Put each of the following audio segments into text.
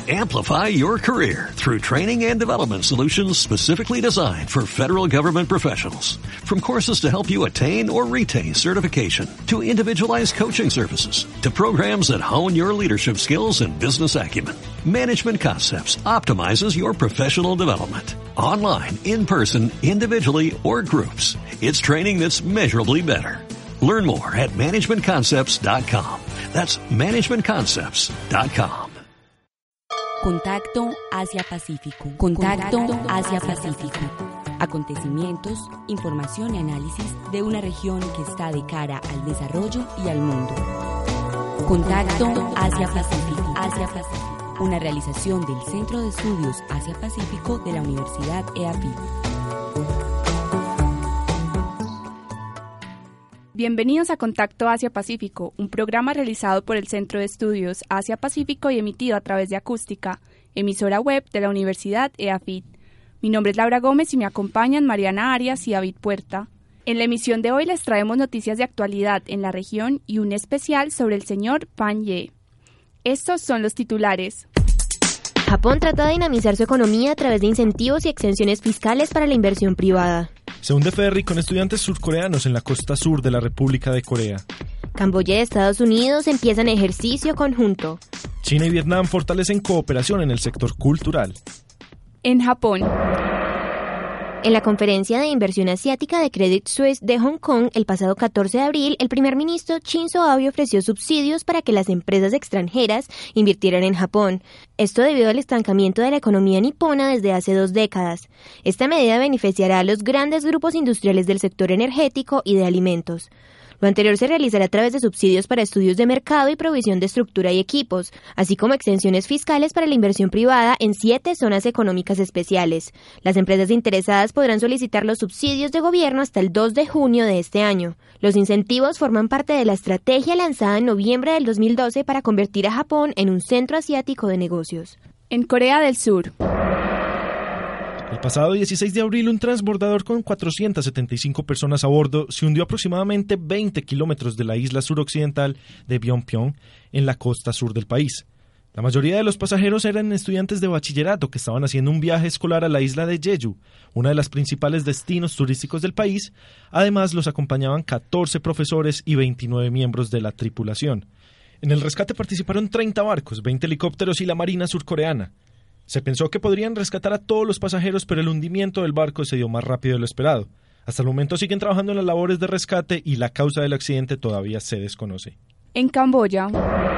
Amplify your career through training and development solutions specifically designed for federal government professionals. From courses to help you attain or retain certification, to individualized coaching services, to programs that hone your leadership skills and business acumen, Management Concepts optimizes your professional development. Online, in person, individually, or groups, it's training that's measurably better. Learn more at managementconcepts.com. That's managementconcepts.com. Contacto Asia-Pacífico. Contacto Asia-Pacífico. Acontecimientos, información y análisis de una región que está de cara al desarrollo y al mundo. Contacto Asia-Pacífico. Asia-Pacífico. Una realización del Centro de Estudios Asia-Pacífico de la Universidad EAFIT. Bienvenidos a Contacto Asia-Pacífico, un programa realizado por el Centro de Estudios Asia-Pacífico y emitido a través de Acústica, emisora web de la Universidad EAFIT. Mi nombre es Laura Gómez y me acompañan Mariana Arias y David Puerta. En la emisión de hoy les traemos noticias de actualidad en la región y un especial sobre el señor Pan Ye. Estos son los titulares. Japón trata de dinamizar su economía a través de incentivos y exenciones fiscales para la inversión privada. Se hunde ferry con estudiantes surcoreanos en la costa sur de la República de Corea. Camboya y Estados Unidos empiezan ejercicio conjunto. China y Vietnam fortalecen cooperación en el sector cultural. En Japón. En la conferencia de inversión asiática de Credit Suisse de Hong Kong el pasado 14 de abril, el primer ministro Shinzo Abe ofreció subsidios para que las empresas extranjeras invirtieran en Japón. Esto debido al estancamiento de la economía nipona desde hace 2 décadas. Esta medida beneficiará a los grandes grupos industriales del sector energético y de alimentos. Lo anterior se realizará a través de subsidios para estudios de mercado y provisión de estructura y equipos, así como exenciones fiscales para la inversión privada en 7 zonas económicas especiales. Las empresas interesadas podrán solicitar los subsidios de gobierno hasta el 2 de junio de este año. Los incentivos forman parte de la estrategia lanzada en noviembre del 2012 para convertir a Japón en un centro asiático de negocios. En Corea del Sur. El pasado 16 de abril, un transbordador con 475 personas a bordo se hundió aproximadamente 20 kilómetros de la isla suroccidental de Byeonpyeong, en la costa sur del país. La mayoría de los pasajeros eran estudiantes de bachillerato que estaban haciendo un viaje escolar a la isla de Jeju, una de las principales destinos turísticos del país. Además, los acompañaban 14 profesores y 29 miembros de la tripulación. En el rescate participaron 30 barcos, 20 helicópteros y la Marina surcoreana. Se pensó que podrían rescatar a todos los pasajeros, pero el hundimiento del barco se dio más rápido de lo esperado. Hasta el momento siguen trabajando en las labores de rescate y la causa del accidente todavía se desconoce. En Camboya.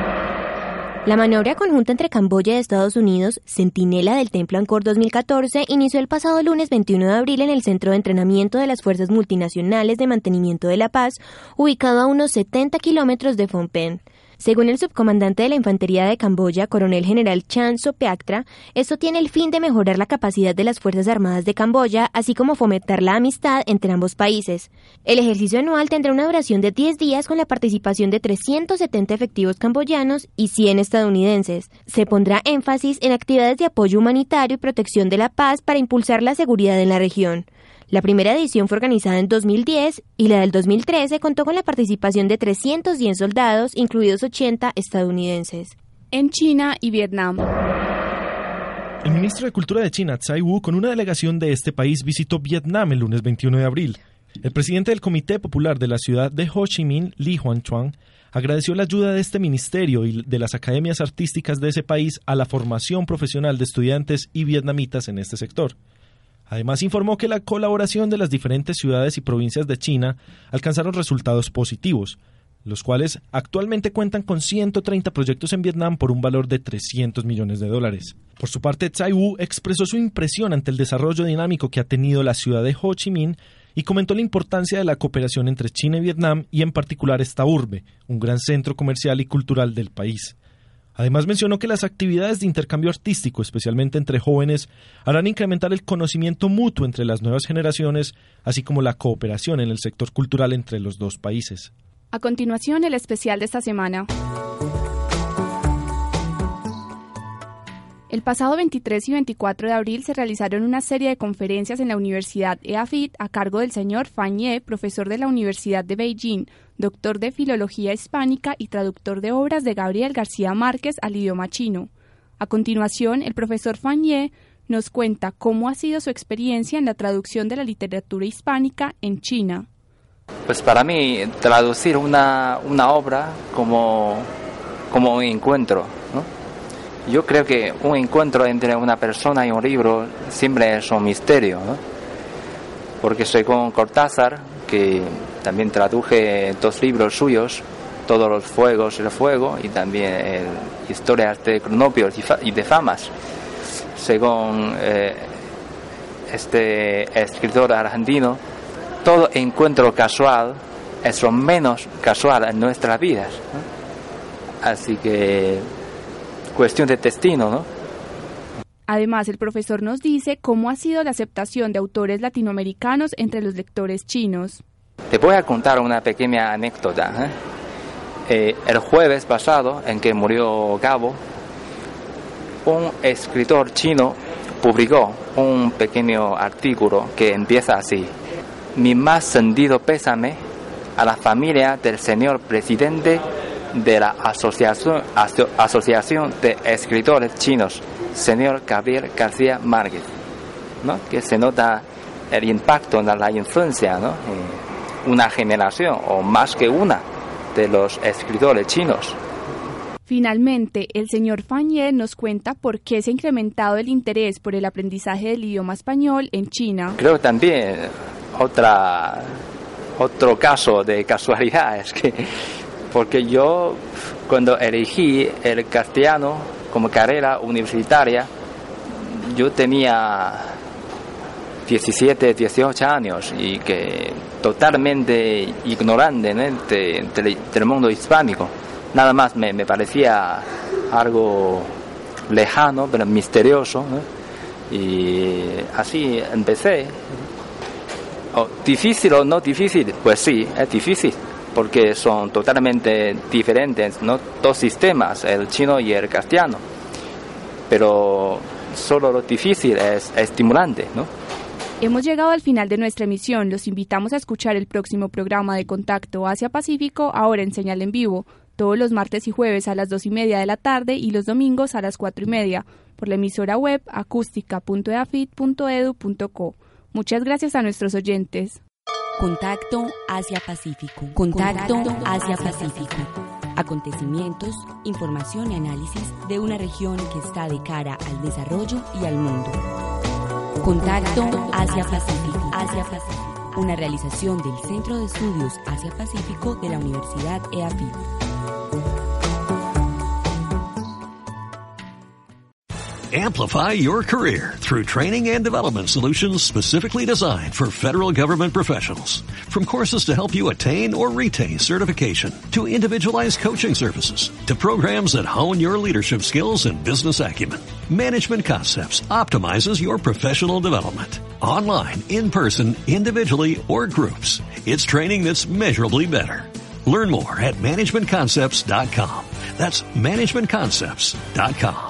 La maniobra conjunta entre Camboya y Estados Unidos, Centinela del Templo Angkor 2014, inició el pasado lunes 21 de abril en el Centro de Entrenamiento de las Fuerzas Multinacionales de Mantenimiento de la Paz, ubicado a unos 70 kilómetros de Phnom Penh. Según el subcomandante de la Infantería de Camboya, coronel general Chan Sopaktra, esto tiene el fin de mejorar la capacidad de las Fuerzas Armadas de Camboya, así como fomentar la amistad entre ambos países. El ejercicio anual tendrá una duración de 10 días con la participación de 370 efectivos camboyanos y 100 estadounidenses. Se pondrá énfasis en actividades de apoyo humanitario y protección de la paz para impulsar la seguridad en la región. La primera edición fue organizada en 2010 y la del 2013 contó con la participación de 310 soldados, incluidos 80 estadounidenses. En China y Vietnam. El ministro de Cultura de China, Tsai Wu, con una delegación de este país visitó Vietnam el lunes 21 de abril. El presidente del Comité Popular de la ciudad de Ho Chi Minh, Lee Huan-Chuan, agradeció la ayuda de este ministerio y de las academias artísticas de ese país a la formación profesional de estudiantes y vietnamitas en este sector. Además, informó que la colaboración de las diferentes ciudades y provincias de China alcanzaron resultados positivos, los cuales actualmente cuentan con 130 proyectos en Vietnam por un valor de $300 millones. Por su parte, Tsai Wu expresó su impresión ante el desarrollo dinámico que ha tenido la ciudad de Ho Chi Minh y comentó la importancia de la cooperación entre China y Vietnam y en particular esta urbe, un gran centro comercial y cultural del país. Además mencionó que las actividades de intercambio artístico, especialmente entre jóvenes, harán incrementar el conocimiento mutuo entre las nuevas generaciones, así como la cooperación en el sector cultural entre los dos países. A continuación, el especial de esta semana. El pasado 23 y 24 de abril se realizaron una serie de conferencias en la Universidad EAFIT a cargo del señor Fan Ye, profesor de la Universidad de Beijing, doctor de Filología Hispánica y traductor de obras de Gabriel García Márquez al idioma chino. A continuación, el profesor Fanye nos cuenta cómo ha sido su experiencia en la traducción de la literatura hispánica en China. Pues para mí, traducir una obra como un encuentro, ¿no? Yo creo que un encuentro entre una persona y un libro siempre es un misterio, ¿no? Porque según Cortázar, que también traduje 2 libros suyos, Todos los fuegos y el fuego, y también Historias de Cronopios y de Famas, según este escritor argentino, todo encuentro casual es lo menos casual en nuestras vidas, ¿no? Así que cuestión de destino, ¿no? Además, el profesor nos dice cómo ha sido la aceptación de autores latinoamericanos entre los lectores chinos. Te voy a contar una pequeña anécdota, el jueves pasado, en que murió Gabo, un escritor chino publicó un pequeño artículo que empieza así: mi más sentido pésame a la familia del señor presidente de la Asociación de Escritores Chinos, señor Gabriel García Márquez, ¿no? Que se nota el impacto, la influencia, ¿no? Una generación o más que una de los escritores chinos. Finalmente, el señor Fanye nos cuenta por qué se ha incrementado el interés por el aprendizaje del idioma español en China. Creo también otro caso de casualidad es que, porque yo cuando elegí el castellano como carrera universitaria, yo tenía 17, 18 años y que totalmente ignorante, ¿no? del mundo hispánico. Nada más me parecía algo lejano, pero misterioso, ¿no? Y así empecé. ¿Difícil o no difícil? Pues sí, es difícil, porque son totalmente diferentes, ¿no? 2 sistemas, el chino y el castellano. Pero solo lo difícil es estimulante, ¿no? Hemos llegado al final de nuestra emisión. Los invitamos a escuchar el próximo programa de Contacto Asia-Pacífico, ahora en señal en vivo, todos los martes y jueves a las 2:30 de la tarde y los domingos a las 4:30, por la emisora web acústica.eafit.edu.co. Muchas gracias a nuestros oyentes. Contacto Asia-Pacífico. Contacto Asia-Pacífico. Acontecimientos, información y análisis de una región que está de cara al desarrollo y al mundo. Contacto Asia-Pacífico. Asia-Pacífico. Una realización del Centro de Estudios Asia-Pacífico de la Universidad EAFIT. Amplify your career through training and development solutions specifically designed for federal government professionals. From courses to help you attain or retain certification, to individualized coaching services, to programs that hone your leadership skills and business acumen, Management Concepts optimizes your professional development. Online, in person, individually, or groups, it's training that's measurably better. Learn more at managementconcepts.com. That's managementconcepts.com.